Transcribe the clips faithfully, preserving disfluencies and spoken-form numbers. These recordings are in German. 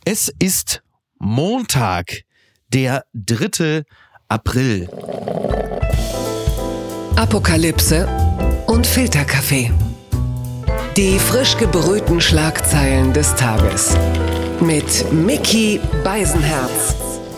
Es ist Montag, der dritte April. Apokalypse und Filterkaffee. Die frisch gebrühten Schlagzeilen des Tages. Mit Micky Beisenherz.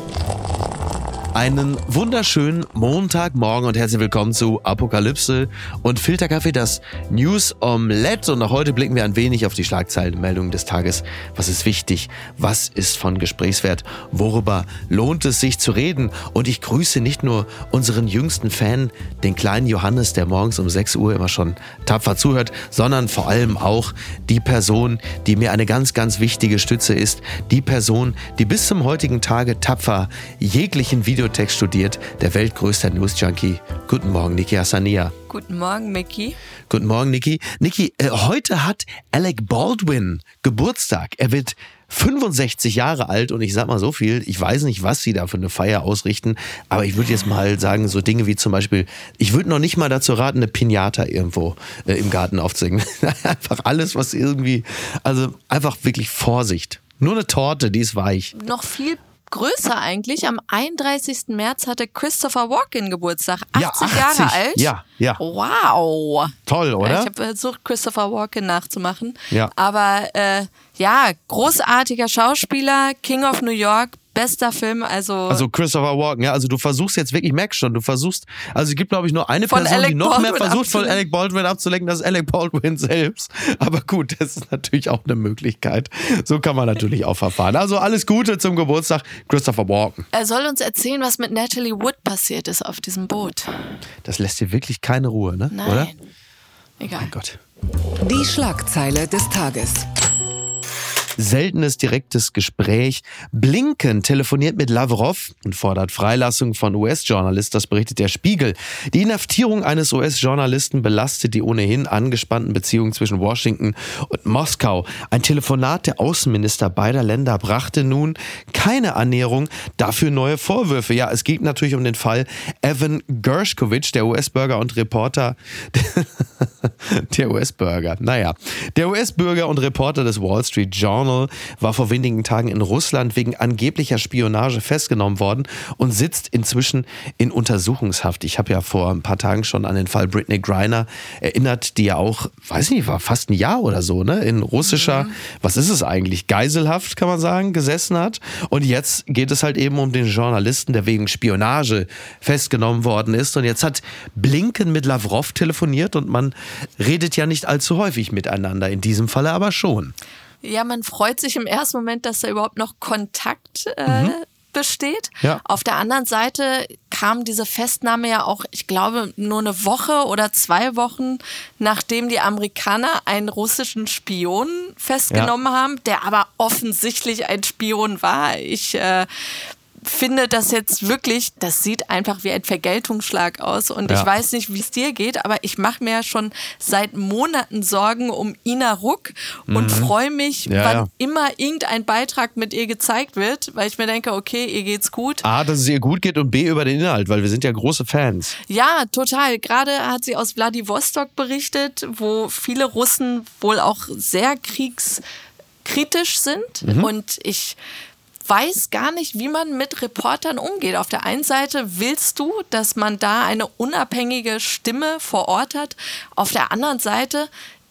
Einen wunderschönen Montagmorgen und herzlich willkommen zu Apokalypse und Filterkaffee, das News Omelette. Und auch heute blicken wir ein wenig auf die Schlagzeilenmeldungen des Tages. Was ist wichtig? Was ist von Gesprächswert? Worüber lohnt es sich zu reden? Und ich grüße nicht nur unseren jüngsten Fan, den kleinen Johannes, der morgens um sechs Uhr immer schon tapfer zuhört, sondern vor allem auch die Person, die mir eine ganz, ganz wichtige Stütze ist. Die Person, die bis zum heutigen Tage tapfer jeglichen Video Text studiert, der weltgrößte News-Junkie. Guten Morgen, Niki Hassania. Guten Morgen, Micky. Guten Morgen, Niki. Niki, äh, heute hat Alec Baldwin Geburtstag. Er wird fünfundsechzig Jahre alt und ich sag mal so viel, ich weiß nicht, was sie da für eine Feier ausrichten, aber ich würde jetzt mal sagen, so Dinge wie zum Beispiel, ich würde noch nicht mal dazu raten, eine Pinata irgendwo äh, im Garten aufzuhängen. Einfach alles, was irgendwie, also einfach wirklich Vorsicht. Nur eine Torte, die ist weich. Noch viel größer eigentlich. Am einunddreißigsten März hatte Christopher Walken Geburtstag. achtzig, ja, achtzig Jahre alt. Ja, ja. Wow. Toll, oder? Ich habe versucht, Christopher Walken nachzumachen. Ja. Aber äh, ja, großartiger Schauspieler, King of New York, bester Film, also... Also Christopher Walken, ja, also du versuchst jetzt wirklich, merkst schon, du versuchst, also es gibt glaube ich nur eine Von Person, Alec die noch Baldwin mehr versucht abzulenken. von Alec Baldwin abzulenken, das ist Alec Baldwin selbst. Aber gut, das ist natürlich auch eine Möglichkeit. So kann man natürlich auch verfahren. Also alles Gute zum Geburtstag, Christopher Walken. Er soll uns erzählen, was mit Natalie Wood passiert ist auf diesem Boot. Das lässt dir wirklich keine Ruhe, ne? Nein. Oder? Egal. Mein Gott. Die Schlagzeile des Tages. Seltenes direktes Gespräch. Blinken telefoniert mit Lavrov und fordert Freilassung von U S-Journalist, das berichtet der Spiegel. Die Inhaftierung eines U S-Journalisten belastet die ohnehin angespannten Beziehungen zwischen Washington und Moskau. Ein Telefonat der Außenminister beider Länder brachte nun keine Annäherung, dafür neue Vorwürfe. Ja, es geht natürlich um den Fall Evan Gershkovich, der U S-Bürger und Reporter, der U S-Bürger, naja, der U S-Bürger und Reporter des Wall Street Journal war vor wenigen Tagen in Russland wegen angeblicher Spionage festgenommen worden und sitzt inzwischen in Untersuchungshaft. Ich habe ja vor ein paar Tagen schon an den Fall Brittney Griner erinnert, die ja auch, weiß nicht, war fast ein Jahr oder so, ne, in russischer, mhm. was ist es eigentlich, Geiselhaft, kann man sagen, gesessen hat. Und jetzt geht es halt eben um den Journalisten, der wegen Spionage festgenommen worden ist. Und jetzt hat Blinken mit Lavrov telefoniert und man redet ja nicht allzu häufig miteinander, in diesem Falle aber schon. Ja, man freut sich im ersten Moment, dass da überhaupt noch Kontakt äh, mhm. besteht. Ja. Auf der anderen Seite kam diese Festnahme ja auch, ich glaube, nur eine Woche oder zwei Wochen, nachdem die Amerikaner einen russischen Spion festgenommen ja. haben, der aber offensichtlich ein Spion war. Ich äh, finde das jetzt wirklich, das sieht einfach wie ein Vergeltungsschlag aus und ja. ich weiß nicht, wie es dir geht, aber ich mache mir ja schon seit Monaten Sorgen um Ina Ruck und mhm. freue mich, ja, wann ja. immer irgendein Beitrag mit ihr gezeigt wird, weil ich mir denke, okay, ihr geht's gut. A, dass es ihr gut geht und B, über den Inhalt, weil wir sind ja große Fans. Ja, total. Gerade hat sie aus Wladiwostok berichtet, wo viele Russen wohl auch sehr kriegskritisch sind mhm. und ich weiß gar nicht, wie man mit Reportern umgeht. Auf der einen Seite willst du, dass man da eine unabhängige Stimme vor Ort hat. Auf der anderen Seite,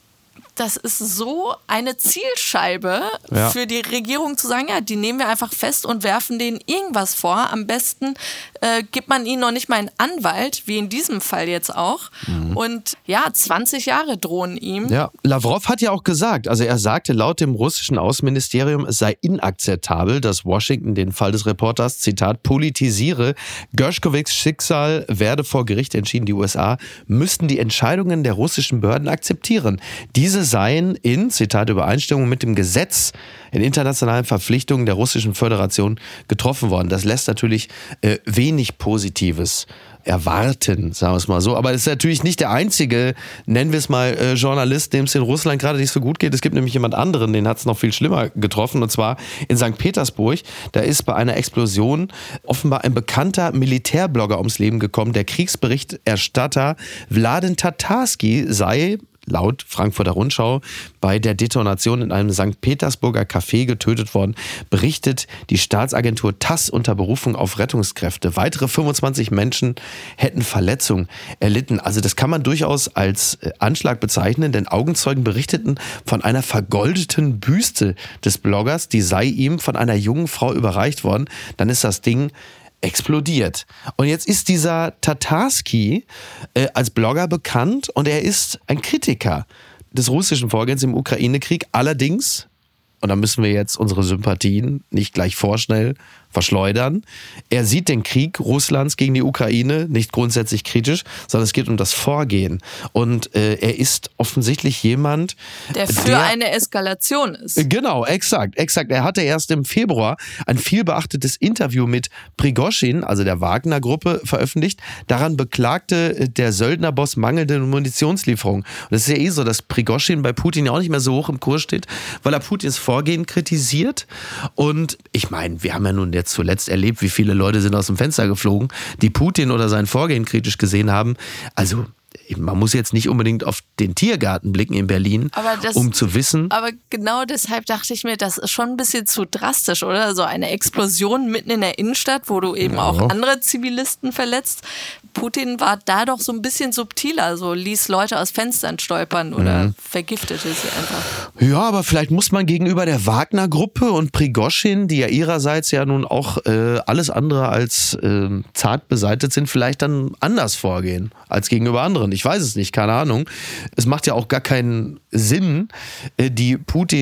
das ist so eine Zielscheibe ja. für die Regierung zu sagen, ja, die nehmen wir einfach fest und werfen denen irgendwas vor. Am besten äh, gibt man ihnen noch nicht mal einen Anwalt, wie in diesem Fall jetzt auch. Mhm. Und ja, zwanzig Jahre drohen ihm. Ja, Lavrov hat ja auch gesagt, also er sagte laut dem russischen Außenministerium, es sei inakzeptabel, dass Washington den Fall des Reporters, Zitat, politisiere. Gershkovichs Schicksal werde vor Gericht entschieden. Die U S A müssten die Entscheidungen der russischen Behörden akzeptieren. Diese seien in, Zitat, Übereinstimmung mit dem Gesetz in internationalen Verpflichtungen der Russischen Föderation getroffen worden. Das lässt natürlich äh, wenig Positives erwarten, sagen wir es mal so. Aber es ist natürlich nicht der einzige, nennen wir es mal, äh, Journalist, dem es in Russland gerade nicht so gut geht. Es gibt nämlich jemand anderen, den hat es noch viel schlimmer getroffen, und zwar in Sankt Petersburg. Da ist bei einer Explosion offenbar ein bekannter Militärblogger ums Leben gekommen. Der Kriegsberichterstatter Wladen Tatarski sei laut Frankfurter Rundschau bei der Detonation in einem Sankt Petersburger Café getötet worden, berichtet die Staatsagentur TASS unter Berufung auf Rettungskräfte. Weitere fünfundzwanzig Menschen hätten Verletzungen erlitten. Also das kann man durchaus als Anschlag bezeichnen, denn Augenzeugen berichteten von einer vergoldeten Büste des Bloggers, die sei ihm von einer jungen Frau überreicht worden. Dann ist das Ding explodiert. Und jetzt ist dieser Tatarski äh, als Blogger bekannt und er ist ein Kritiker des russischen Vorgehens im Ukraine-Krieg. Allerdings, und da müssen wir jetzt unsere Sympathien nicht gleich vorschnell verschleudern, er sieht den Krieg Russlands gegen die Ukraine nicht grundsätzlich kritisch, sondern es geht um das Vorgehen. Und äh, er ist offensichtlich jemand, der für der, eine Eskalation ist. Genau, exakt, exakt. Er hatte erst im Februar ein vielbeachtetes Interview mit Prigoschin, also der Wagner-Gruppe, veröffentlicht. Daran beklagte der Söldnerboss mangelnde Munitionslieferung. Und es ist ja eh so, dass Prigoschin bei Putin ja auch nicht mehr so hoch im Kurs steht, weil er Putins Vorgehen kritisiert. Und ich meine, wir haben ja nun jetzt zuletzt erlebt, wie viele Leute sind aus dem Fenster geflogen, die Putin oder sein Vorgehen kritisch gesehen haben. Also man muss jetzt nicht unbedingt auf den Tiergarten blicken in Berlin, das, um zu wissen. Aber genau deshalb dachte ich mir, das ist schon ein bisschen zu drastisch, oder? So eine Explosion mitten in der Innenstadt, wo du eben ja. auch andere Zivilisten verletzt. Putin war da doch so ein bisschen subtiler, so ließ Leute aus Fenstern stolpern oder mhm. vergiftete sie einfach. Ja, aber vielleicht muss man gegenüber der Wagner-Gruppe und Prigoschin, die ja ihrerseits ja nun auch äh, alles andere als äh, zart beseitigt sind, vielleicht dann anders vorgehen als gegenüber anderen. Ich weiß es nicht, keine Ahnung. Es macht ja auch gar keinen Sinn, äh, die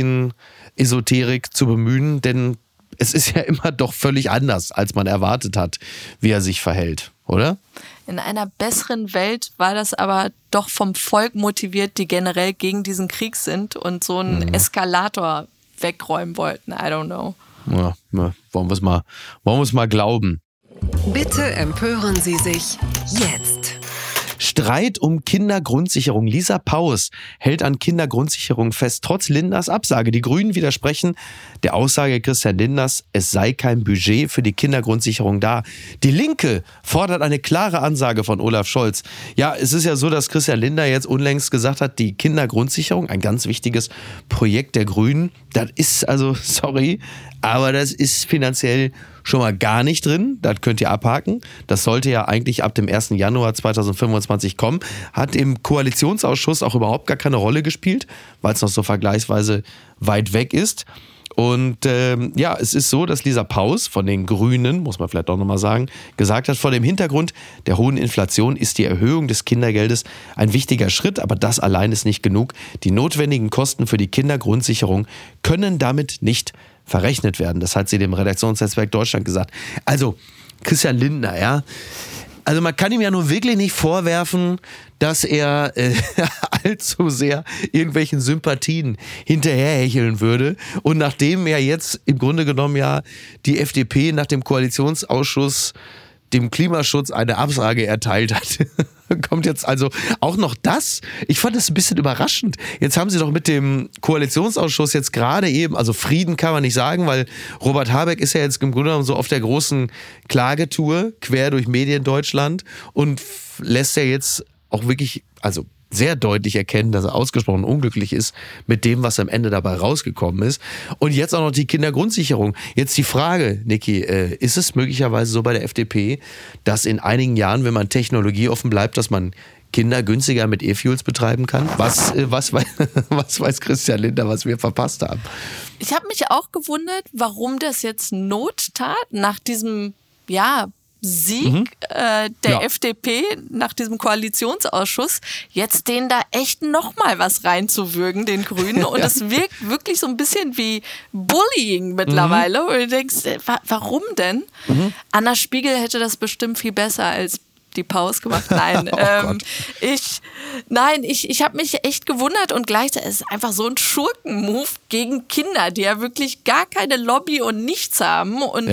Putin-Esoterik zu bemühen, denn es ist ja immer doch völlig anders, als man erwartet hat, wie er sich verhält, oder? In einer besseren Welt war das aber doch vom Volk motiviert, die generell gegen diesen Krieg sind und so einen mhm. Eskalator wegräumen wollten. I don't know. Ja, wollen wir es mal, wollen wir es mal glauben. Bitte empören Sie sich jetzt. Streit um Kindergrundsicherung. Lisa Paus hält an Kindergrundsicherung fest, trotz Lindners Absage. Die Grünen widersprechen der Aussage Christian Lindners, es sei kein Budget für die Kindergrundsicherung da. Die Linke fordert eine klare Ansage von Olaf Scholz. Ja, es ist ja so, dass Christian Lindner jetzt unlängst gesagt hat, die Kindergrundsicherung, ein ganz wichtiges Projekt der Grünen, das ist also, sorry, aber das ist finanziell schon mal gar nicht drin. Das könnt ihr abhaken. Das sollte ja eigentlich ab dem ersten Januar zweitausendfünfundzwanzig kommen. Hat im Koalitionsausschuss auch überhaupt gar keine Rolle gespielt, weil es noch so vergleichsweise weit weg ist. Und ähm, ja, es ist so, dass Lisa Paus von den Grünen, muss man vielleicht auch nochmal sagen, gesagt hat, vor dem Hintergrund der hohen Inflation ist die Erhöhung des Kindergeldes ein wichtiger Schritt, aber das allein ist nicht genug. Die notwendigen Kosten für die Kindergrundsicherung können damit nicht verrechnet werden. Das hat sie dem Redaktionsnetzwerk Deutschland gesagt. Also, Christian Lindner, ja. Also man kann ihm ja nun wirklich nicht vorwerfen, dass er äh, allzu sehr irgendwelchen Sympathien hinterherhecheln würde. Und nachdem er jetzt im Grunde genommen ja die F D P nach dem Koalitionsausschuss dem Klimaschutz eine Absage erteilt hat, kommt jetzt also auch noch das. Ich fand das ein bisschen überraschend. Jetzt haben sie doch mit dem Koalitionsausschuss jetzt gerade eben, also Frieden kann man nicht sagen, weil Robert Habeck ist ja jetzt im Grunde genommen so auf der großen Klagetour quer durch Mediendeutschland und lässt ja jetzt auch wirklich, also sehr deutlich erkennen, dass er ausgesprochen unglücklich ist mit dem, was am Ende dabei rausgekommen ist. Und jetzt auch noch die Kindergrundsicherung. Jetzt die Frage, Niki, äh, ist es möglicherweise so bei der F D P, dass in einigen Jahren, wenn man technologieoffen bleibt, dass man Kinder günstiger mit E-Fuels betreiben kann? Was, äh, was, was weiß Christian Lindner, was wir verpasst haben? Ich habe mich auch gewundert, warum das jetzt Not tat nach diesem, ja, Sieg mhm. äh, der ja. F D P nach diesem Koalitionsausschuss, jetzt denen da echt nochmal was reinzuwürgen, den Grünen. Und es ja. wirkt wirklich so ein bisschen wie Bullying mittlerweile. Mhm. Und du denkst, wa- warum denn? Mhm. Anna Spiegel hätte das bestimmt viel besser als die Pause gemacht. Nein, oh ähm, ich, nein, ich, ich habe mich echt gewundert und gleichzeitig ist es einfach so ein Schurkenmove gegen Kinder, die ja wirklich gar keine Lobby und nichts haben und ja.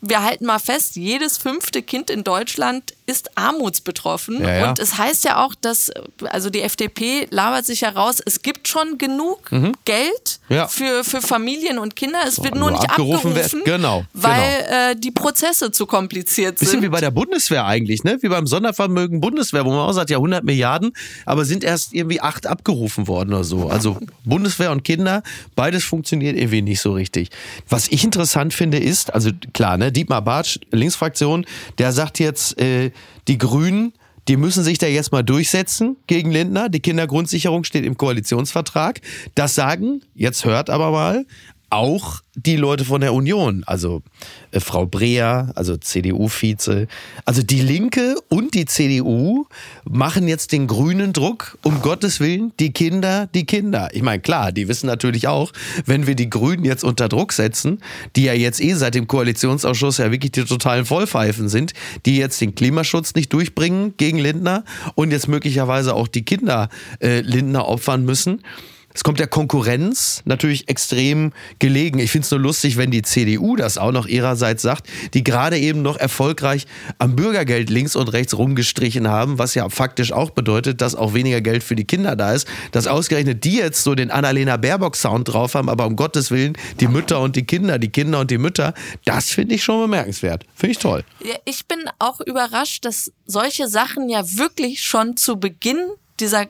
wir halten mal fest, jedes fünfte Kind in Deutschland ist armutsbetroffen. Ja, ja. Und es heißt ja auch, dass, also die F D P labert sich heraus, es gibt schon genug mhm. Geld ja. für, für Familien und Kinder. Es wird nur, nur nicht abgerufen, abgerufen, wird. Genau, weil genau. Äh, die Prozesse zu kompliziert sind. Bisschen wie bei der Bundeswehr eigentlich, ne? Wie beim Sondervermögen Bundeswehr, wo man auch sagt, ja hundert Milliarden, aber sind erst irgendwie acht abgerufen worden oder so. Also Bundeswehr und Kinder, beides funktioniert irgendwie nicht so richtig. Was ich interessant finde ist, also klar, ne, Dietmar Bartsch, Linksfraktion, der sagt jetzt, äh, die Grünen, die müssen sich da jetzt mal durchsetzen gegen Lindner. Die Kindergrundsicherung steht im Koalitionsvertrag. Das sagen, jetzt hört aber mal, auch die Leute von der Union, also äh, Frau Breer, also C D U-Vize, also die Linke und die C D U machen jetzt den grünen Druck, um Gottes Willen, die Kinder, die Kinder. Ich meine, klar, die wissen natürlich auch, wenn wir die Grünen jetzt unter Druck setzen, die ja jetzt eh seit dem Koalitionsausschuss ja wirklich die totalen Vollpfeifen sind, die jetzt den Klimaschutz nicht durchbringen gegen Lindner und jetzt möglicherweise auch die Kinder äh, Lindner opfern müssen. Es kommt der Konkurrenz natürlich extrem gelegen. Ich finde es nur lustig, wenn die C D U das auch noch ihrerseits sagt, die gerade eben noch erfolgreich am Bürgergeld links und rechts rumgestrichen haben, was ja faktisch auch bedeutet, dass auch weniger Geld für die Kinder da ist. Dass ausgerechnet die jetzt so den Annalena Baerbock-Sound drauf haben, aber um Gottes Willen die Mütter und die Kinder, die Kinder und die Mütter, das finde ich schon bemerkenswert. Finde ich toll. Ja, ich bin auch überrascht, dass solche Sachen ja wirklich schon zu Beginn dieser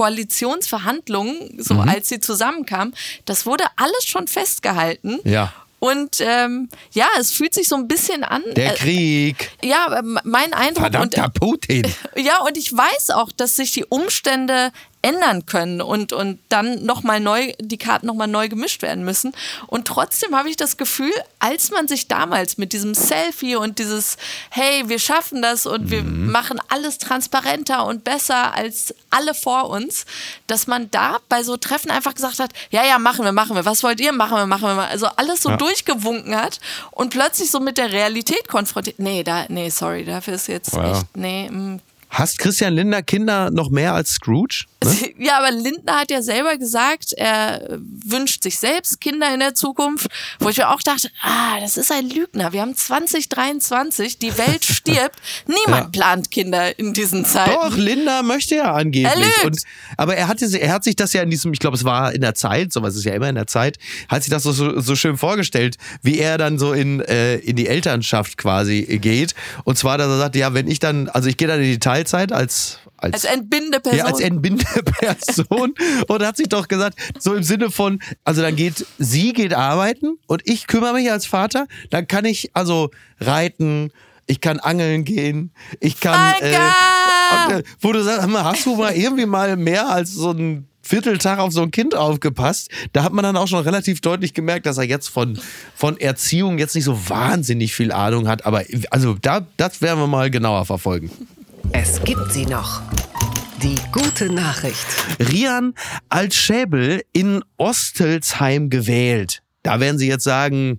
Koalitionsverhandlungen, so mhm. als sie zusammenkamen, das wurde alles schon festgehalten. Ja. Und ähm, ja, es fühlt sich so ein bisschen an. Der Krieg. Äh, ja, mein Eindruck. Verdammter und, Putin. Ja, und ich weiß auch, dass sich die Umstände ändern können und, und dann nochmal neu, die Karten nochmal neu gemischt werden müssen. Und trotzdem habe ich das Gefühl, als man sich damals mit diesem Selfie und dieses, hey, wir schaffen das und mhm. wir machen alles transparenter und besser als alle vor uns, dass man da bei so Treffen einfach gesagt hat, ja, ja, machen wir, machen wir, was wollt ihr, machen wir, machen wir mal. Also alles so ja. durchgewunken hat und plötzlich so mit der Realität konfrontiert. Nee, da, nee, sorry, dafür ist jetzt ja. echt, nee, mh. Hasst Christian Lindner Kinder noch mehr als Scrooge? Ne? Ja, aber Lindner hat ja selber gesagt, er wünscht sich selbst Kinder in der Zukunft, wo ich mir auch dachte, ah, das ist ein Lügner. Wir haben zwanzig dreiundzwanzig, die Welt stirbt, niemand ja. plant Kinder in diesen Zeiten. Doch, Lindner möchte ja angeblich. Er lügt. Und, aber er, hatte, er hat sich das ja in diesem, ich glaube, es war in der Zeit, sowas ist ja immer in der Zeit, hat sich das so, so schön vorgestellt, wie er dann so in, äh, in die Elternschaft quasi geht. Und zwar, dass er sagt, ja, wenn ich dann, also ich gehe dann in die Teilzeit als Als, als Entbindeperson. Ja, als Entbindeperson. Und hat sich doch gesagt, so im Sinne von, also dann geht, sie geht arbeiten und ich kümmere mich als Vater, dann kann ich also reiten, ich kann angeln gehen, ich kann, äh, und, äh, wo du sagst, hast du mal irgendwie mal mehr als so ein Vierteltag auf so ein Kind aufgepasst? Da hat man dann auch schon relativ deutlich gemerkt, dass er jetzt von, von Erziehung jetzt nicht so wahnsinnig viel Ahnung hat, aber also da, das werden wir mal genauer verfolgen. Es gibt sie noch. Die gute Nachricht. Rian Altschäbel in Ostelsheim gewählt. Da werden Sie jetzt sagen,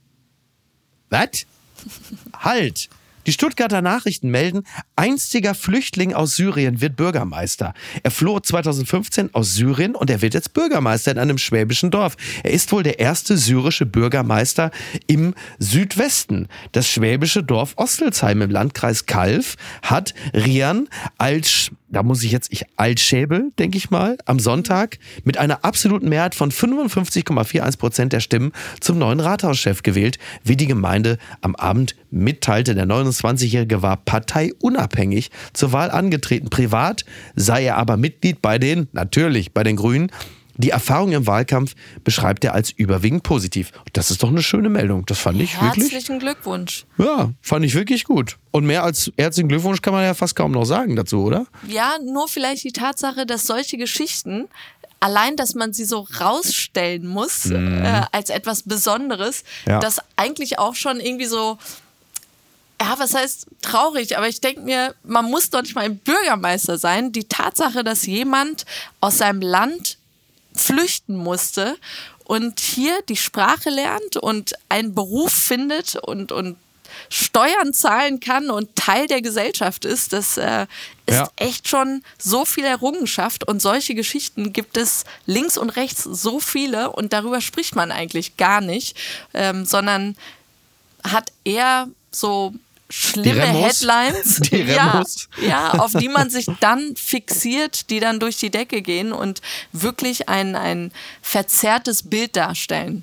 was? Halt! Die Stuttgarter Nachrichten melden, einstiger Flüchtling aus Syrien wird Bürgermeister. Er floh zweitausendfünfzehn aus Syrien und er wird jetzt Bürgermeister in einem schwäbischen Dorf. Er ist wohl der erste syrische Bürgermeister im Südwesten. Das schwäbische Dorf Ostelsheim im Landkreis Calw hat Rian Altsch da muss ich jetzt, ich Altschäbel, denke ich mal, am Sonntag mit einer absoluten Mehrheit von fünfundfünfzig Komma einundvierzig Prozent der Stimmen zum neuen Rathauschef gewählt, wie die Gemeinde am Abend mitteilte. Der neunundzwanzigjährige war parteiunabhängig zur Wahl angetreten. Privat sei er aber Mitglied bei den, natürlich bei den Grünen. Die Erfahrung im Wahlkampf beschreibt er als überwiegend positiv. Das ist doch eine schöne Meldung. Das fand ich Herzlichen wirklich... Herzlichen Glückwunsch. Ja, fand ich wirklich gut. Und mehr als herzlichen Glückwunsch kann man ja fast kaum noch sagen dazu, oder? Ja, nur vielleicht die Tatsache, dass solche Geschichten, allein, dass man sie so rausstellen muss, mhm. äh, als etwas Besonderes, ja. das eigentlich auch schon irgendwie so... Ja, was heißt traurig, aber ich denke mir, man muss doch nicht mal ein Bürgermeister sein. Die Tatsache, dass jemand aus seinem Land flüchten musste und hier die Sprache lernt und einen Beruf findet und, und Steuern zahlen kann und Teil der Gesellschaft ist, das äh, ist ja. echt schon so viel Errungenschaft und solche Geschichten gibt es links und rechts so viele und darüber spricht man eigentlich gar nicht, ähm, sondern hat eher so schlimme Die Headlines, Die ja, Remos. ja, auf die man sich dann fixiert, die dann durch die Decke gehen und wirklich ein, ein verzerrtes Bild darstellen.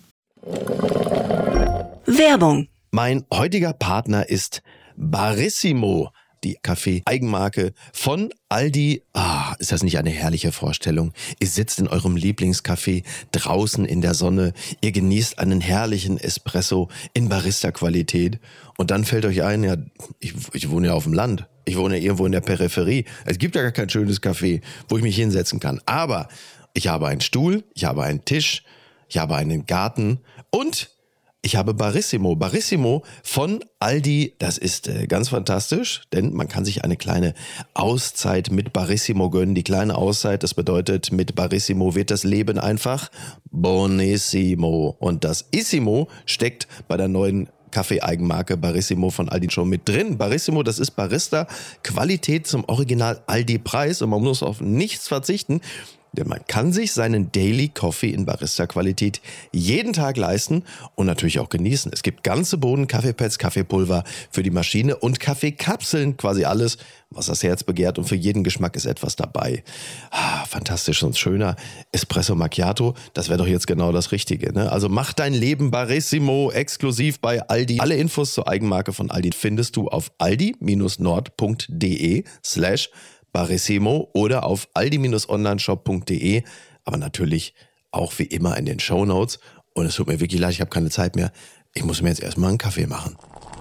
Werbung. Mein heutiger Partner ist Barissimo, die Kaffee-Eigenmarke von Aldi. Ah, ist das nicht eine herrliche Vorstellung? Ihr sitzt in eurem Lieblingscafé draußen in der Sonne, ihr genießt einen herrlichen Espresso in Barista-Qualität und dann fällt euch ein, ja, ich, ich wohne ja auf dem Land, ich wohne ja irgendwo in der Peripherie. Es gibt ja gar kein schönes Café, wo ich mich hinsetzen kann. Aber ich habe einen Stuhl, ich habe einen Tisch, ich habe einen Garten und ich habe Barissimo. Barissimo von Aldi, das ist äh, ganz fantastisch, denn man kann sich eine kleine Auszeit mit Barissimo gönnen. Die kleine Auszeit, das bedeutet, mit Barissimo wird das Leben einfach bonissimo. Und das Issimo steckt bei der neuen Kaffee-Eigenmarke Barissimo von Aldi schon mit drin. Barissimo, das ist Barista, Qualität zum Original Aldi-Preis und man muss auf nichts verzichten. Denn man kann sich seinen Daily Coffee in Barista-Qualität jeden Tag leisten und natürlich auch genießen. Es gibt ganze Bohnen, Kaffeepads, Kaffeepulver für die Maschine und Kaffeekapseln, quasi alles, was das Herz begehrt und für jeden Geschmack ist etwas dabei. Ah, fantastisch und schöner Espresso Macchiato, das wäre doch jetzt genau das Richtige, ne? Also mach dein Leben Barissimo exklusiv bei Aldi. Alle Infos zur Eigenmarke von Aldi findest du auf aldi-nord.de slash Barissimo oder auf aldi-onlineshop punkt de, aber natürlich auch wie immer in den Shownotes. Und es tut mir wirklich leid, ich habe keine Zeit mehr. Ich muss mir jetzt erstmal einen Kaffee machen.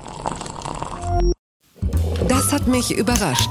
Das hat mich überrascht.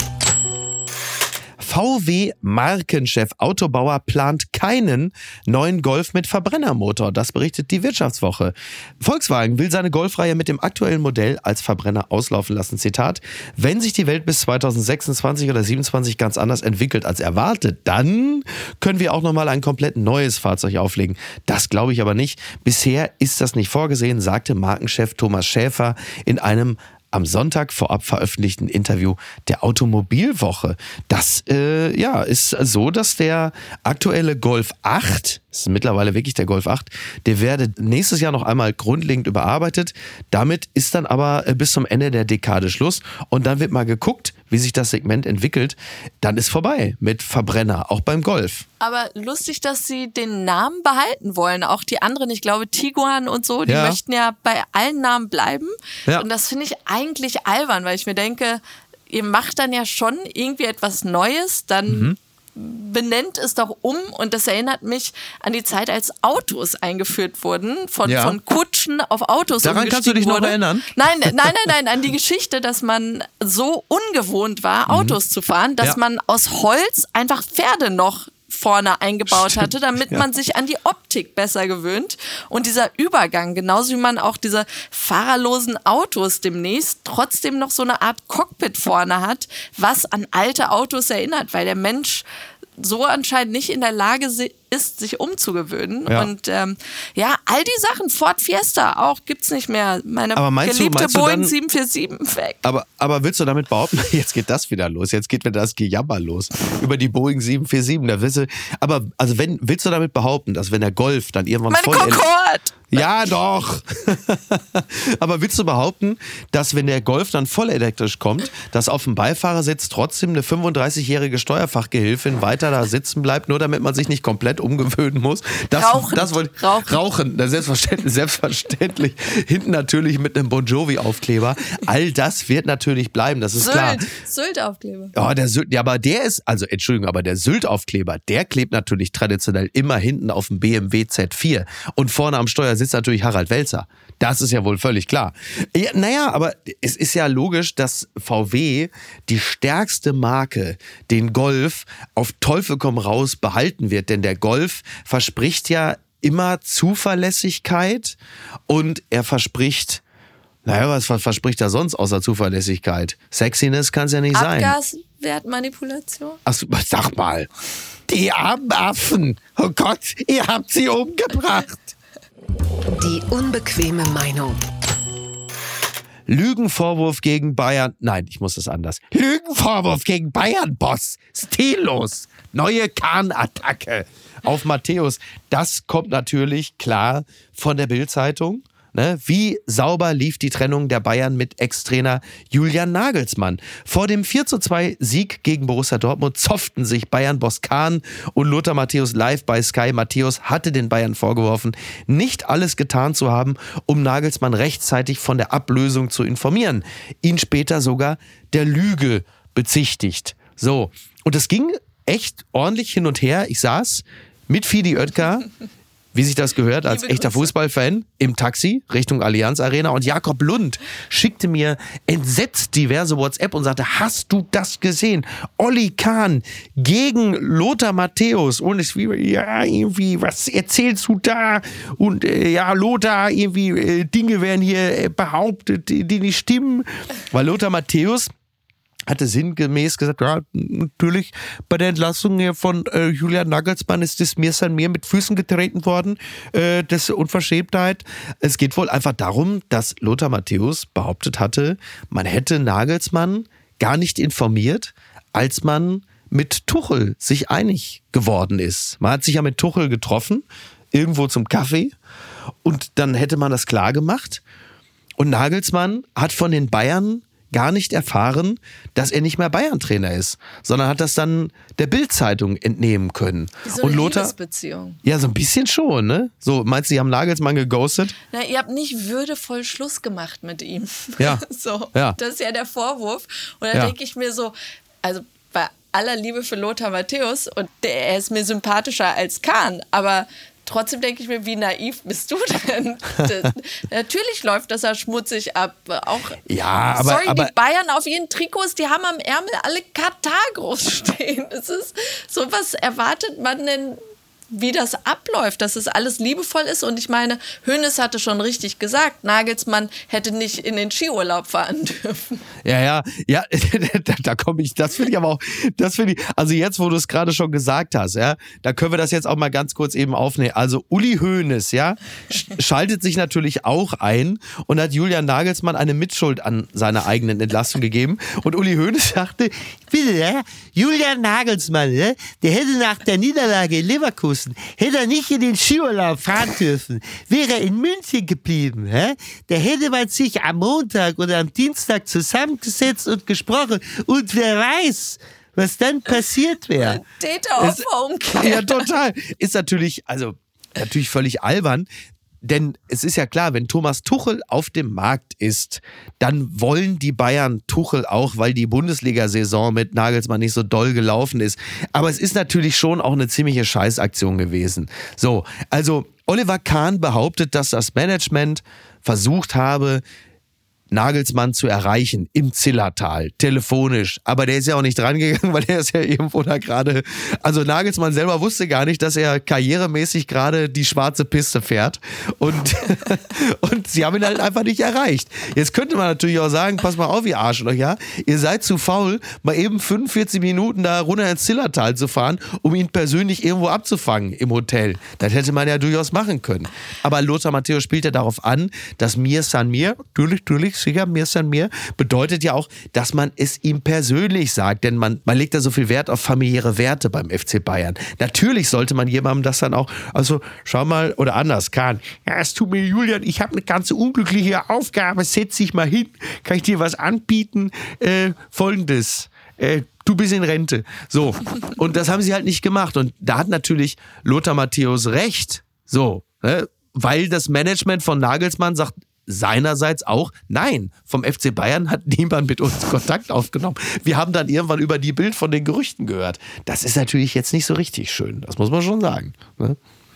V W-Markenchef Autobauer plant keinen neuen Golf mit Verbrennermotor. Das berichtet die Wirtschaftswoche. Volkswagen will seine Golfreihe mit dem aktuellen Modell als Verbrenner auslaufen lassen. Zitat: Wenn sich die Welt bis zweitausendsechsundzwanzig oder siebenundzwanzig ganz anders entwickelt als erwartet, dann können wir auch nochmal ein komplett neues Fahrzeug auflegen. Das glaube ich aber nicht. Bisher ist das nicht vorgesehen, sagte Markenchef Thomas Schäfer in einem am Sonntag vorab veröffentlichten Interview der Automobilwoche. Das äh, ja, ist so, dass der aktuelle Golf acht, das ist mittlerweile wirklich der Golf acht, der werde nächstes Jahr noch einmal grundlegend überarbeitet. Damit ist dann aber bis zum Ende der Dekade Schluss und dann wird mal geguckt, wie sich das Segment entwickelt. Dann ist vorbei mit Verbrenner, auch beim Golf. Aber lustig, dass sie den Namen behalten wollen. Auch die anderen, ich glaube Tiguan und so, die Ja. möchten ja bei allen Namen bleiben. Ja. Und das finde ich eigentlich albern, weil ich mir denke, ihr macht dann ja schon irgendwie etwas Neues, dann Mhm. benennt es doch um. Und das erinnert mich an die Zeit, als Autos eingeführt wurden, von, Ja. von Kutschen auf Autos Daran kannst du dich umgestiegen noch wurde. erinnern? Nein, nein, nein, nein, an die Geschichte, dass man so ungewohnt war, Autos zu fahren, dass Ja. man aus Holz einfach Pferde noch vorne eingebaut Stimmt, hatte, damit ja. man sich an die Optik besser gewöhnt. Und dieser Übergang, genauso wie man auch diese fahrerlosen Autos demnächst trotzdem noch so eine Art Cockpit vorne hat, was an alte Autos erinnert, weil der Mensch so anscheinend nicht in der Lage si- ist, sich umzugewöhnen. Ja. Und ähm, ja, all die Sachen, Ford Fiesta auch, gibt's nicht mehr. Meine Aber meinst du- geliebte meinst du Boeing dann- sieben vier sieben weg. Aber, aber willst du damit behaupten, jetzt geht das wieder los, jetzt geht wieder das Gejammer los über die Boeing sieben vier sieben, da willst du, aber also wenn, willst du damit behaupten, dass wenn der Golf dann irgendwann Meine voll... Concorde! Ja, doch. Aber willst du behaupten, dass wenn der Golf dann voll elektrisch kommt, dass auf dem Beifahrersitz trotzdem eine fünfunddreißigjährige Steuerfachgehilfin weiter da sitzen bleibt, nur damit man sich nicht komplett umgewöhnen muss? Das, Rauchen. Das wollte, Rauchen. Rauchen. Das selbstverständlich, selbstverständlich. Hinten natürlich mit einem Bon Jovi-Aufkleber. All das wird natürlich bleiben, das ist klar. Sylt, Sylt-Aufkleber. Ja, der Sylt, ja, aber der ist, also Entschuldigung, aber der Sylt-Aufkleber, der klebt natürlich traditionell immer hinten auf dem B M W Z vier und vorne am Steuer sitzt natürlich Harald Welzer. Das ist ja wohl völlig klar. Ja, naja, aber es ist ja logisch, dass V W die stärkste Marke, den Golf, auf Teufel komm raus behalten wird, denn der Golf verspricht ja immer Zuverlässigkeit und er verspricht, naja, was verspricht er sonst außer Zuverlässigkeit? Sexiness kann es ja nicht sein. Abgaswertmanipulation. Ach, so, sag mal. Die armen Affen. Oh Gott, ihr habt sie umgebracht. Die unbequeme Meinung. Lügenvorwurf gegen Bayern. Nein, ich muss das anders. Lügenvorwurf gegen Bayern-Boss. Stillos. Neue Kahn-Attacke auf Matthäus. Das kommt natürlich klar von der Bild-Zeitung. Ne? Wie sauber lief die Trennung der Bayern mit Ex-Trainer Julian Nagelsmann? Vor dem vier zu zwei Sieg gegen Borussia Dortmund zofften sich Bayern-Boss Kahn und Lothar Matthäus live bei Sky. Matthäus hatte den Bayern vorgeworfen, nicht alles getan zu haben, um Nagelsmann rechtzeitig von der Ablösung zu informieren. Ihn später sogar der Lüge bezichtigt. So, und es ging echt ordentlich hin und her. Ich saß mit Fidi Oetker, wie sich das gehört, als echter Fußballfan im Taxi Richtung Allianz Arena, und Jakob Lund schickte mir entsetzt diverse WhatsApp und sagte, hast du das gesehen? Olli Kahn gegen Lothar Matthäus, und es wie, ja, irgendwie, was erzählst du da? Und äh, ja, Lothar, irgendwie äh, Dinge werden hier äh, behauptet, die, die nicht stimmen. Weil Lothar Matthäus hatte sinngemäß gesagt, ja, natürlich bei der Entlassung hier von äh, Julian Nagelsmann ist das mir san mir mit Füßen getreten worden, äh, das ist Unverschämtheit. Es geht wohl einfach darum, dass Lothar Matthäus behauptet hatte, man hätte Nagelsmann gar nicht informiert, als man mit Tuchel sich einig geworden ist. Man hat sich ja mit Tuchel getroffen, irgendwo zum Kaffee, und dann hätte man das klar gemacht, und Nagelsmann hat von den Bayern gar nicht erfahren, dass er nicht mehr Bayern-Trainer ist, sondern hat das dann der Bild-Zeitung entnehmen können. So und eine Lothar, Liebesbeziehung. Ja, so ein bisschen schon, ne? So, meinst du, Sie haben Nagelsmann geghostet? Na, ihr habt nicht würdevoll Schluss gemacht mit ihm. Ja. so, ja. Das ist ja der Vorwurf. Und dann ja. denke ich mir so, also bei aller Liebe für Lothar Matthäus, und der, er ist mir sympathischer als Kahn, aber trotzdem denke ich mir, wie naiv bist du denn? das, natürlich läuft das ja schmutzig ab. Auch, ja, aber, sorry, aber die Bayern auf ihren Trikots, die haben am Ärmel alle Katar groß stehen. Es ist, so was erwartet man denn, wie das abläuft, dass es alles liebevoll ist. Und ich meine, Hoeneß hatte schon richtig gesagt, Nagelsmann hätte nicht in den Skiurlaub fahren dürfen. Ja, ja, ja, da, da komme ich, das finde ich aber auch, das finde ich, also jetzt, wo du es gerade schon gesagt hast, ja, da können wir das jetzt auch mal ganz kurz eben aufnehmen. Also Uli Hoeneß, ja, schaltet sich natürlich auch ein und hat Julian Nagelsmann eine Mitschuld an seiner eigenen Entlassung gegeben. Und Uli Hoeneß sagte, bitte, ja, Julian Nagelsmann, ja, der hätte nach der Niederlage in Leverkusen hätte er nicht in den Skiurlaub fahren dürfen, wäre er in München geblieben. Hä? Der hätte man sich am Montag oder am Dienstag zusammengesetzt und gesprochen. Und wer weiß, was dann passiert wäre. Täteraufforderung. Ja, total. Ist natürlich, also natürlich völlig albern. Denn es ist ja klar, wenn Thomas Tuchel auf dem Markt ist, dann wollen die Bayern Tuchel auch, weil die Bundesliga-Saison mit Nagelsmann nicht so doll gelaufen ist. Aber es ist natürlich schon auch eine ziemliche Scheißaktion gewesen. So, also Oliver Kahn behauptet, dass das Management versucht habe, Nagelsmann zu erreichen im Zillertal, telefonisch. Aber der ist ja auch nicht dran gegangen, weil der ist ja irgendwo da gerade, also Nagelsmann selber wusste gar nicht, dass er karrieremäßig gerade die schwarze Piste fährt. Und, und sie haben ihn halt einfach nicht erreicht. Jetzt könnte man natürlich auch sagen, pass mal auf, ihr Arschloch, ja, ihr seid zu faul, mal eben fünfundvierzig Minuten da runter ins Zillertal zu fahren, um ihn persönlich irgendwo abzufangen im Hotel. Das hätte man ja durchaus machen können. Aber Lothar Matthäus spielt ja darauf an, dass mir san mir, natürlich, natürlich, sicher, mir san mir, bedeutet ja auch, dass man es ihm persönlich sagt, denn man, man legt da so viel Wert auf familiäre Werte beim F C Bayern. Natürlich sollte man jemandem das dann auch, also schau mal, oder anders, Kahn, ja, es tut mir, Julian, ich habe eine ganz unglückliche Aufgabe, setz dich mal hin, kann ich dir was anbieten? Äh, folgendes, äh, du bist in Rente. So, und das haben sie halt nicht gemacht und da hat natürlich Lothar Matthäus recht, so, ne? Weil das Management von Nagelsmann sagt, seinerseits auch, nein, vom F C Bayern hat niemand mit uns Kontakt aufgenommen. Wir haben dann irgendwann über die Bild von den Gerüchten gehört. Das ist natürlich jetzt nicht so richtig schön, das muss man schon sagen. Ne?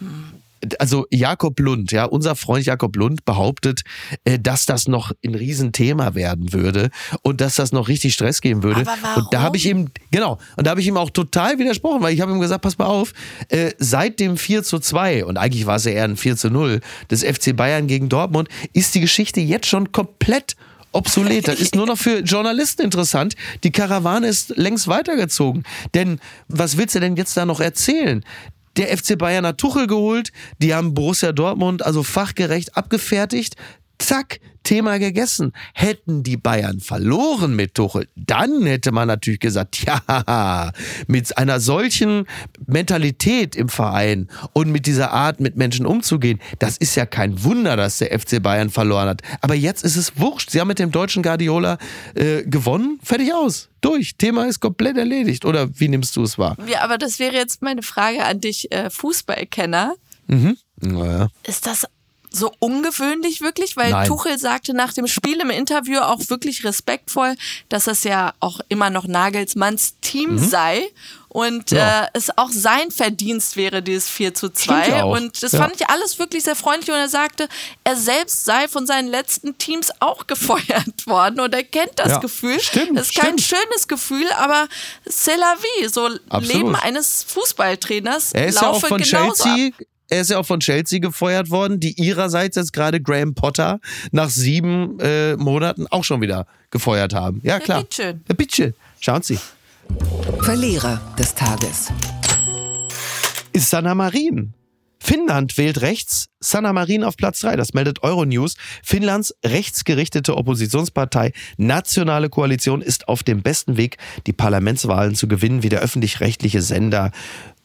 Also Jakob Lund, ja, unser Freund Jakob Lund behauptet, dass das noch ein Riesenthema werden würde und dass das noch richtig Stress geben würde. Aber warum? Und da habe ich ihm, genau, und da habe ich ihm auch total widersprochen, weil ich habe ihm gesagt, pass mal auf, äh, seit dem vier zu zwei, und eigentlich war es ja eher ein vier zu null, des F C Bayern gegen Dortmund, ist die Geschichte jetzt schon komplett obsolet. Das ist nur noch für Journalisten interessant. Die Karawane ist längst weitergezogen. Denn was willst du denn jetzt da noch erzählen? Der F C Bayern hat Tuchel geholt, die haben Borussia Dortmund also fachgerecht abgefertigt. Zack, Thema gegessen. Hätten die Bayern verloren mit Tuchel, dann hätte man natürlich gesagt, ja, mit einer solchen Mentalität im Verein und mit dieser Art, mit Menschen umzugehen, das ist ja kein Wunder, dass der F C Bayern verloren hat. Aber jetzt ist es wurscht. Sie haben mit dem deutschen Guardiola äh, gewonnen, fertig aus. Durch. Thema ist komplett erledigt. Oder wie nimmst du es wahr? Ja, aber das wäre jetzt meine Frage an dich, äh, Fußballkenner. Mhm. Naja. Ist das so ungewöhnlich wirklich? Weil Nein. Tuchel sagte nach dem Spiel im Interview auch wirklich respektvoll, dass das ja auch immer noch Nagelsmanns Team mhm. sei. Und ja. äh, es auch sein Verdienst wäre, dieses vier zu zwei. Ja und das ja. fand ich alles wirklich sehr freundlich. Und er sagte, er selbst sei von seinen letzten Teams auch gefeuert worden. Und er kennt das ja. Gefühl. Stimmt, es ist kein stimmt. schönes Gefühl, aber c'est la vie. So Absolut. Leben eines Fußballtrainers. Er ist ja auch von genauso Chelsea... ab. Er ist ja auch von Chelsea gefeuert worden, die ihrerseits jetzt gerade Graham Potter nach sieben äh, Monaten auch schon wieder gefeuert haben. Ja, klar. Ja, bitteschön. Ja, bitte. Schauen Sie. Verlierer des Tages. Ist Sanna Marin. Finnland wählt rechts, Sanna Marin auf Platz drei. Das meldet Euronews. Finnlands rechtsgerichtete Oppositionspartei Nationale Koalition ist auf dem besten Weg, die Parlamentswahlen zu gewinnen, wie der öffentlich-rechtliche Sender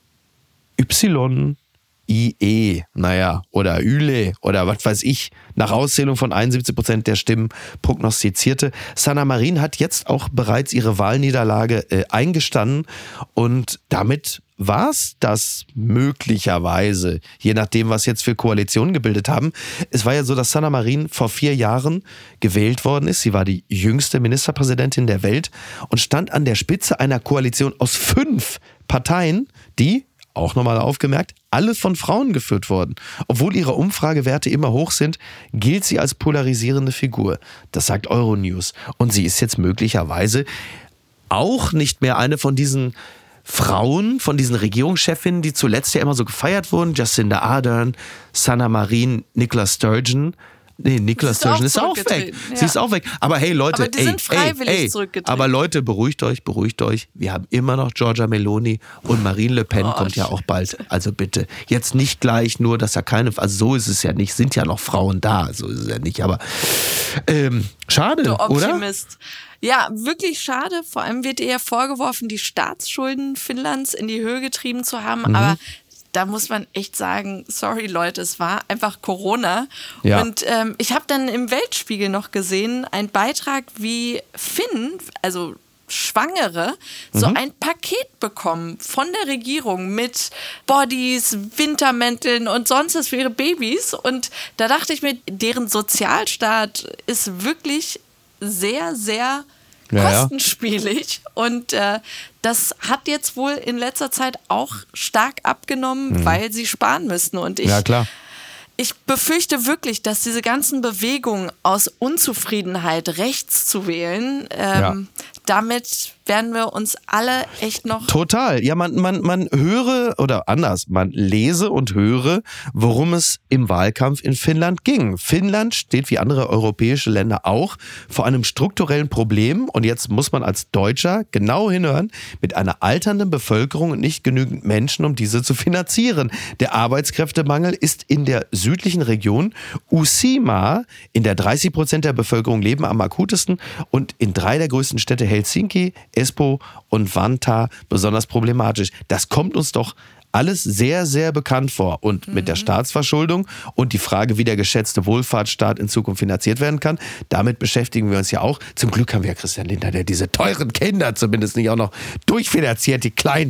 Y I E, naja, oder Yle oder was weiß ich, nach Auszählung von einundsiebzig Prozent der Stimmen prognostizierte. Sanna Marin hat jetzt auch bereits ihre Wahlniederlage äh, eingestanden und damit war es das möglicherweise, je nachdem, was jetzt für Koalitionen gebildet haben. Es war ja so, dass Sanna Marin vor vier Jahren gewählt worden ist. Sie war die jüngste Ministerpräsidentin der Welt und stand an der Spitze einer Koalition aus fünf Parteien, die, auch nochmal aufgemerkt, alle von Frauen geführt wurden. Obwohl ihre Umfragewerte immer hoch sind, gilt sie als polarisierende Figur. Das sagt Euronews. Und sie ist jetzt möglicherweise auch nicht mehr eine von diesen Frauen, von diesen Regierungschefinnen, die zuletzt ja immer so gefeiert wurden. Jacinda Ardern, Sanna Marin, Nicola Sturgeon. Nee, Nicola Sturgeon ist auch weg. Ja. Sie ist auch weg. Aber hey Leute, aber die ey, sind freiwillig ey, ey, zurückgetreten. aber Leute, beruhigt euch, beruhigt euch. Wir haben immer noch Giorgia Meloni und Marine Le Pen oh, kommt ja auch bald. Also bitte, jetzt nicht gleich nur, dass ja keine, also so ist es ja nicht, sind ja noch Frauen da, so ist es ja nicht. Aber ähm, schade, du oder? Optimist. Ja, wirklich schade. Vor allem wird ihr ja vorgeworfen, die Staatsschulden Finnlands in die Höhe getrieben zu haben. Mhm. Aber da muss man echt sagen, sorry Leute, es war einfach Corona. Ja. Und ähm, ich habe dann im Weltspiegel noch gesehen, einen Beitrag, wie Finn, also Schwangere, mhm. so ein Paket bekommen von der Regierung mit Bodies, Wintermänteln und sonst was für ihre Babys. Und da dachte ich mir, deren Sozialstaat ist wirklich sehr, sehr ja, kostenspielig. Ja. Und äh, das hat jetzt wohl in letzter Zeit auch stark abgenommen, mhm. weil sie sparen müssten. Und ich, ja, klar. ich befürchte wirklich, dass diese ganzen Bewegungen aus Unzufriedenheit, rechts zu wählen, ähm, ja. damit werden wir uns alle echt noch... Total. Ja, man, man, man höre, oder anders, man lese und höre, worum es im Wahlkampf in Finnland ging. Finnland steht wie andere europäische Länder auch vor einem strukturellen Problem. Und jetzt muss man als Deutscher genau hinhören, mit einer alternden Bevölkerung und nicht genügend Menschen, um diese zu finanzieren. Der Arbeitskräftemangel ist in der südlichen Region Uusimaa, in der dreißig Prozent der Bevölkerung leben, am akutesten und in drei der größten Städte Helsinki, Espoo und Vantaa besonders problematisch. Das kommt uns doch alles sehr, sehr bekannt vor. Und mhm. mit der Staatsverschuldung und die Frage, wie der geschätzte Wohlfahrtsstaat in Zukunft finanziert werden kann, damit beschäftigen wir uns ja auch. Zum Glück haben wir ja Christian Lindner, der diese teuren Kinder zumindest nicht auch noch durchfinanziert, die kleinen.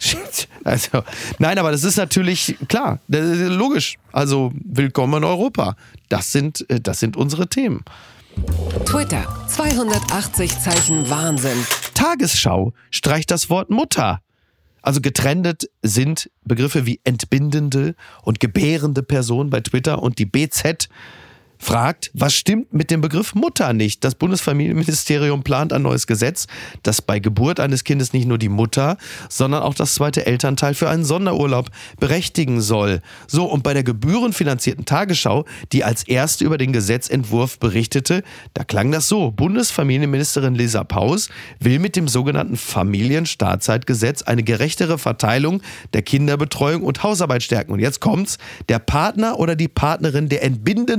Also, nein, aber das ist natürlich klar, logisch. Also willkommen in Europa. Das sind, das sind unsere Themen. Twitter, zweihundertachtzig Zeichen Wahnsinn. Tagesschau streicht das Wort Mutter. Also getrennt sind Begriffe wie entbindende und gebärende Person bei Twitter und die B Z fragt, was stimmt mit dem Begriff Mutter nicht? Das Bundesfamilienministerium plant ein neues Gesetz, das bei Geburt eines Kindes nicht nur die Mutter, sondern auch das zweite Elternteil für einen Sonderurlaub berechtigen soll. So, und bei der gebührenfinanzierten Tagesschau, die als erste über den Gesetzentwurf berichtete, da klang das so: Bundesfamilienministerin Lisa Paus will mit dem sogenannten Familienstartzeitgesetz eine gerechtere Verteilung der Kinderbetreuung und Hausarbeit stärken. Und jetzt kommt's: Der Partner oder die Partnerin der entbindenden Person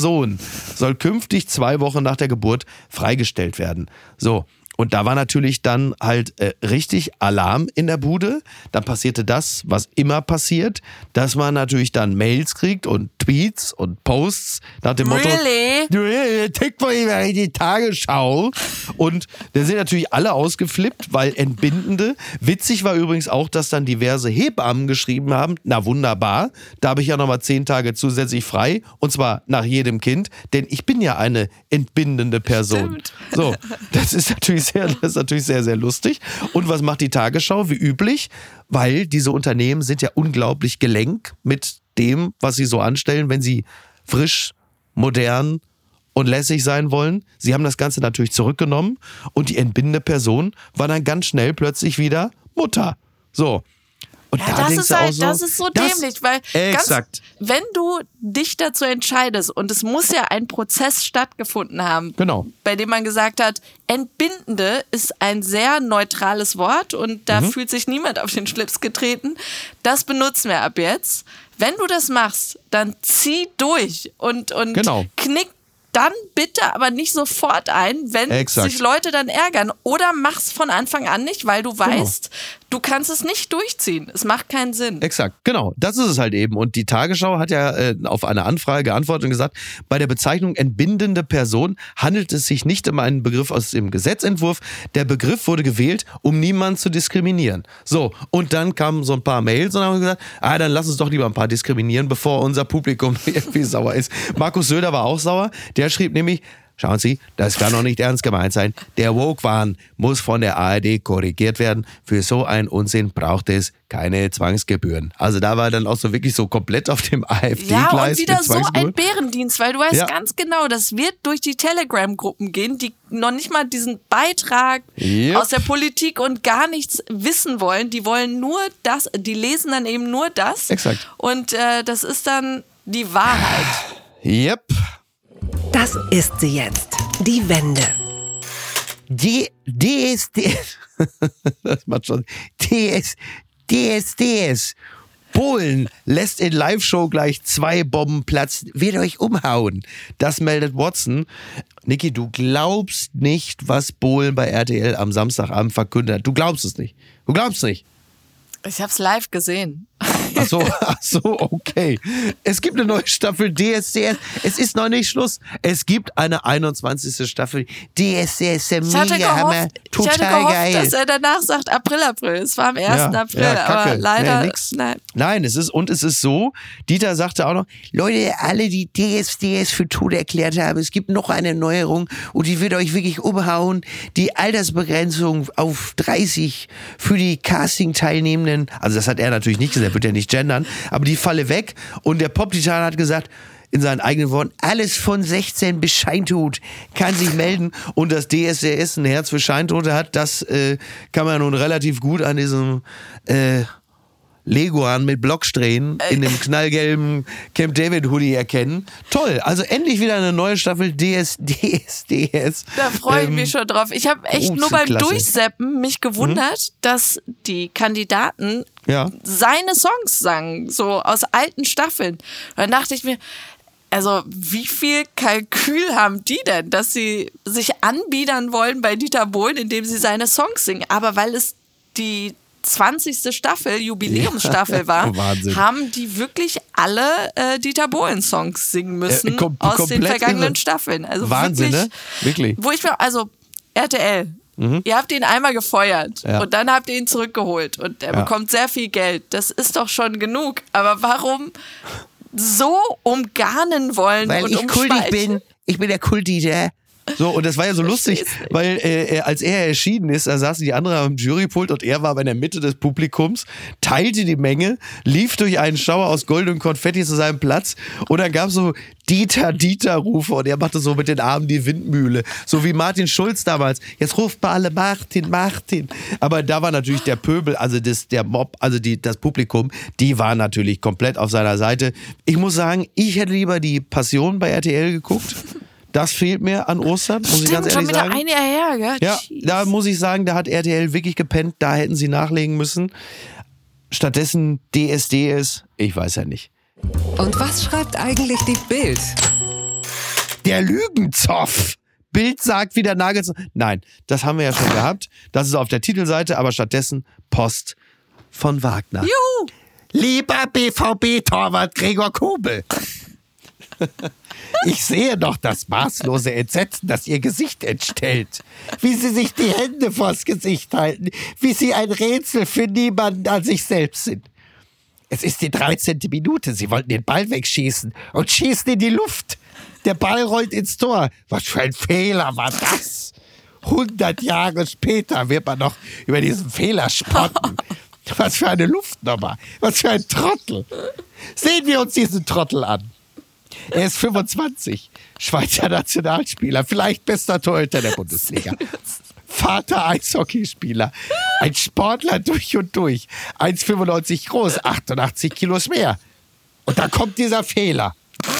Sohn soll künftig zwei Wochen nach der Geburt freigestellt werden. So. Und da war natürlich dann halt äh, richtig Alarm in der Bude. Dann passierte das, was immer passiert, dass man natürlich dann Mails kriegt und Tweets und Posts nach dem Motto, really? tick mal in die Tagesschau. Und da sind natürlich alle ausgeflippt, weil Entbindende. Witzig war übrigens auch, dass dann diverse Hebammen geschrieben haben, na wunderbar, da habe ich ja nochmal zehn Tage zusätzlich frei. Und zwar nach jedem Kind, denn ich bin ja eine entbindende Person. Stimmt. So, das ist natürlich Sehr, das ist natürlich sehr, sehr lustig. Und was macht die Tagesschau? Wie üblich, weil diese Unternehmen sind ja unglaublich gelenk mit dem, was sie so anstellen, wenn sie frisch, modern und lässig sein wollen. Sie haben das Ganze natürlich zurückgenommen und die entbindende Person war dann ganz schnell plötzlich wieder Mutter. So. Und Ja, da das denkst ist du auch halt, so, das ist so das- dämlich, weil Exakt. ganz, wenn du dich dazu entscheidest und es muss ja ein Prozess stattgefunden haben, Genau. bei dem man gesagt hat, Entbindende ist ein sehr neutrales Wort und da Mhm. fühlt sich niemand auf den Schlips getreten. Das benutzen wir ab jetzt. Wenn du das machst, dann zieh durch und, und Genau. knick dann bitte aber nicht sofort ein, wenn Exakt. sich Leute dann ärgern. Oder mach's von Anfang an nicht, weil du weißt, du kannst es nicht durchziehen. Es macht keinen Sinn. Exakt, genau. Das ist es halt eben. Und die Tagesschau hat ja äh, auf eine Anfrage geantwortet und gesagt, bei der Bezeichnung entbindende Person handelt es sich nicht um einen Begriff aus dem Gesetzentwurf. Der Begriff wurde gewählt, um niemanden zu diskriminieren. So, und dann kamen so ein paar Mails und haben gesagt, ah, dann lass uns doch lieber ein paar diskriminieren, bevor unser Publikum irgendwie sauer ist. Markus Söder war auch sauer. Der schrieb nämlich, schauen Sie, das kann doch nicht ernst gemeint sein. Der Woke-Wahn muss von der A R D korrigiert werden. Für so einen Unsinn braucht es keine Zwangsgebühren. Also da war er dann auch so wirklich so komplett auf dem Ja, AfD-Gleis und wieder mit so ein Zwangsgebühren. Bärendienst, weil du weißt Ja. ganz genau, das wird durch die Telegram-Gruppen gehen, die noch nicht mal diesen Beitrag Yep. aus der Politik und gar nichts wissen wollen. Die wollen nur das, die lesen dann eben nur das. Exakt. Und äh, das ist dann die Wahrheit. Yep. Das ist sie jetzt. Die Wende. D DS, das macht schon. DS, DSDS. Polen lässt in Live-Show gleich zwei Bomben platzen. Wird euch umhauen. Das meldet Watson. Niki, du glaubst nicht, was Polen bei R T L am Samstagabend verkündet hat. Du glaubst es nicht. Du glaubst nicht. Ich hab's live gesehen. Ach so, ach so, okay. Es gibt eine neue Staffel D S D S. Es ist noch nicht Schluss. Es gibt eine einundzwanzigste Staffel D S D S. Der Ich hatte mega Hammer. gehofft, ich hatte Total gehofft geil. dass er danach sagt April, April. Es war am ersten April, ja, aber Kacke. leider, Nee, nix. nein. Nein, es ist, und es ist so, Dieter sagte auch noch, Leute, alle, die D S D S für tot erklärt haben, es gibt noch eine Neuerung und die wird euch wirklich umhauen. Die Altersbegrenzung auf dreißig für die Casting-Teilnehmenden, also das hat er natürlich nicht gesagt, wird ja nicht gendern, aber die falle weg und der Pop-Titan hat gesagt, in seinen eigenen Worten, alles von sechzehn bis Scheintod kann sich melden und dass D S D S ein Herz für Scheintote hat, das äh, kann man nun relativ gut an diesem äh, Leguan mit Blocksträhnen in dem knallgelben Camp David Hoodie erkennen. Toll, also endlich wieder eine neue Staffel D S D S. Da freue ich Ähm, mich schon drauf. Ich habe echt große nur beim Klasse. Durchseppen mich gewundert, dass die Kandidaten Ja. seine Songs sangen, so aus alten Staffeln. Und dann dachte ich mir, also wie viel Kalkül haben die denn, dass sie sich anbiedern wollen bei Dieter Bohlen, indem sie seine Songs singen? Aber weil es die zwanzigste Staffel, Jubiläumsstaffel war, Wahnsinn. haben die wirklich alle äh, Dieter Bohlen-Songs singen müssen Äh, kom- aus den komplett vergangenen irre. Staffeln. Also Wahnsinn, wirklich, ne? Wirklich. Wo ich mir, also R T L, ihr habt ihn einmal gefeuert Ja. und dann habt ihr ihn zurückgeholt und er Ja. bekommt sehr viel Geld. Das ist doch schon genug. Aber warum so umgarnen wollen Weil und ich kultig umschmeicheln? bin. Ich bin der Kultdieter. So, und das war ja so lustig, Versteh's nicht. weil äh, er- als er erschienen ist, da saßen die anderen am Jurypult und er war aber in der Mitte des Publikums, teilte die Menge, lief durch einen Schauer aus Gold und Konfetti zu seinem Platz und dann gab es so Dieter-Dieter-Rufe und er machte so mit den Armen die Windmühle, so wie Martin Schulz damals. Jetzt ruft mal alle Martin, Martin. Aber da war natürlich der Pöbel, also das, der Mob, also die, das Publikum, die war natürlich komplett auf seiner Seite. Ich muss sagen, ich hätte lieber die Passion bei R T L geguckt. Das fehlt mir an Ostern, muss ich ganz Stimmt, schon ehrlich wieder sagen. ein Jahr her, gell? Ja, Jeez. da muss ich sagen, da hat R T L wirklich gepennt, da hätten sie nachlegen müssen. Stattdessen D S D S, ich weiß ja nicht. Und was schreibt eigentlich die Bild? Der Lügenzoff. Bild sagt wieder Nagelsmann. Nein, das haben wir ja schon gehabt. Das ist auf der Titelseite, aber stattdessen Post von Wagner. Juhu. Lieber B V B-Torwart Gregor Kobel. Ich sehe doch das maßlose Entsetzen, das Ihr Gesicht entstellt. Wie Sie sich die Hände vors Gesicht halten. Wie Sie ein Rätsel für niemanden an sich selbst sind. Es ist die dreizehnte Minute. Sie wollten den Ball wegschießen und schießen in die Luft. Der Ball rollt ins Tor. Was für ein Fehler war das? hundert Jahre später wird man noch über diesen Fehler spotten. Was für eine Luftnummer. Was für ein Trottel. Sehen wir uns diesen Trottel an. Er ist fünfundzwanzig, Schweizer Nationalspieler, vielleicht bester Torhüter der Bundesliga. Vater Eishockeyspieler, ein Sportler durch und durch, eins Komma fünfundneunzig groß, achtundachtzig Kilos mehr. Und da kommt dieser Fehler.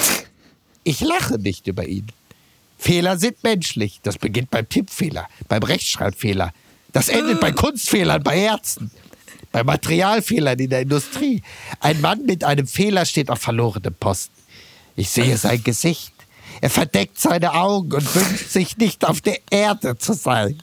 Ich lache nicht über ihn. Fehler sind menschlich. Das beginnt beim Tippfehler, beim Rechtschreibfehler. Das endet bei Kunstfehlern, bei Ärzten, bei Materialfehlern in der Industrie. Ein Mann mit einem Fehler steht auf verlorenem Posten. Ich sehe sein Gesicht. Er verdeckt seine Augen und wünscht sich nicht auf der Erde zu sein.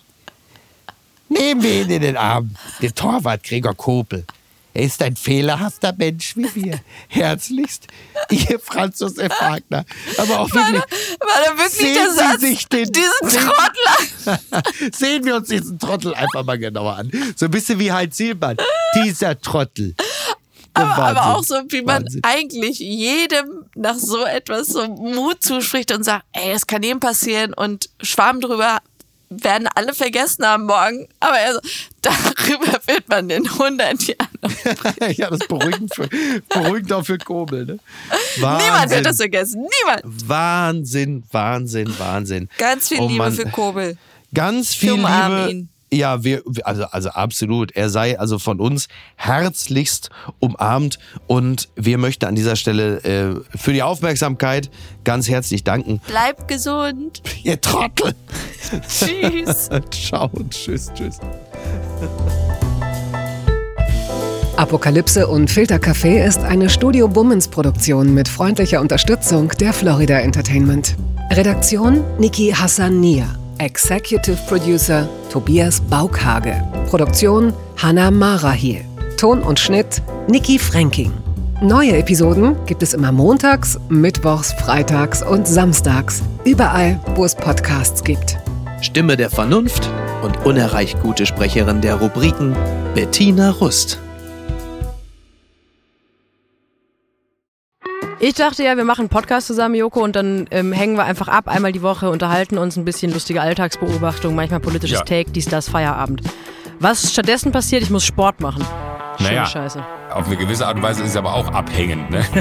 Nehmen wir ihn in den Arm, den Torwart Gregor Kobel. Er ist ein fehlerhafter Mensch wie wir. Herzlichst, Ihr Franz Josef Wagner. Aber auch wirklich, war da, war da wirklich sehen der Satz, Sie sich den, diesen sehen, Trottel? Sehen wir uns diesen Trottel einfach mal genauer an. So ein bisschen wie Heinz Zielmann. Dieser Trottel. Aber, Wahnsinn. aber auch so, wie man Wahnsinn. eigentlich jedem nach so etwas so Mut zuspricht und sagt, ey, das kann jedem passieren und Schwamm drüber werden alle vergessen haben morgen. Aber also, darüber wird man in hundert Jahren noch Ja, das ist beruhigend, für, beruhigend auch für Kobel. Ne? Niemand wird das vergessen. Niemand. Wahnsinn, Wahnsinn, Wahnsinn. Ganz viel Oh Liebe Mann. für Kobel. Ganz viel Wir umarmen Liebe. ihn. Ja, wir, also, also absolut. Er sei also von uns herzlichst umarmt und wir möchten an dieser Stelle äh, für die Aufmerksamkeit ganz herzlich danken. Bleib gesund. Ihr Trottel. Tschüss. Ciao und tschüss, tschüss. Apokalypse und Filtercafé ist eine Studio Bummens Produktion mit freundlicher Unterstützung der Florida Entertainment. Redaktion Niki Hassania. Executive Producer Tobias Baukhage. Produktion Hannah Marahiel. Ton und Schnitt Niki Fränking. Neue Episoden gibt es immer montags, mittwochs, freitags und samstags. Überall, wo es Podcasts gibt. Stimme der Vernunft und unerreicht gute Sprecherin der Rubriken Bettina Rust. Ich dachte ja, wir machen einen Podcast zusammen, Joko, und dann ähm, hängen wir einfach ab, einmal die Woche, unterhalten uns ein bisschen lustige Alltagsbeobachtung, manchmal politisches Ja. Take, dies, das, Feierabend. Was stattdessen passiert, ich muss Sport machen. Schöne Naja. Scheiße. Auf eine gewisse Art und Weise ist es aber auch abhängend, ne?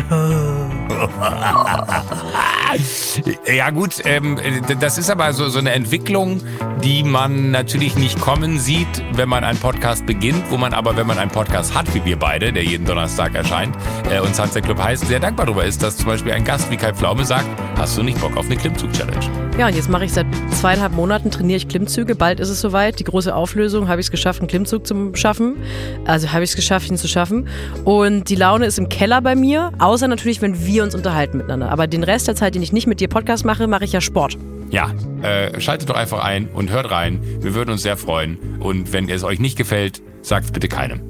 Ja gut, ähm, das ist aber so, so eine Entwicklung, die man natürlich nicht kommen sieht, wenn man einen Podcast beginnt, wo man aber, wenn man einen Podcast hat, wie wir beide, der jeden Donnerstag erscheint, äh, und Sunset Club heißt, sehr dankbar darüber ist, dass zum Beispiel ein Gast wie Kai Pflaume sagt, hast du nicht Bock auf eine Klimmzug-Challenge? Ja, und jetzt mache ich seit zweieinhalb Monaten, trainiere ich Klimmzüge. Bald ist es soweit. Die große Auflösung, habe ich es geschafft, einen Klimmzug zu schaffen. Also habe ich es geschafft, ihn zu schaffen. Und die Laune ist im Keller bei mir, außer natürlich, wenn wir uns unterhalten miteinander. Aber den Rest der Zeit, den ich nicht mit dir Podcast mache, mache ich ja Sport. Ja, äh, schaltet doch einfach ein und hört rein. Wir würden uns sehr freuen. Und wenn es euch nicht gefällt, sagt es bitte keinem.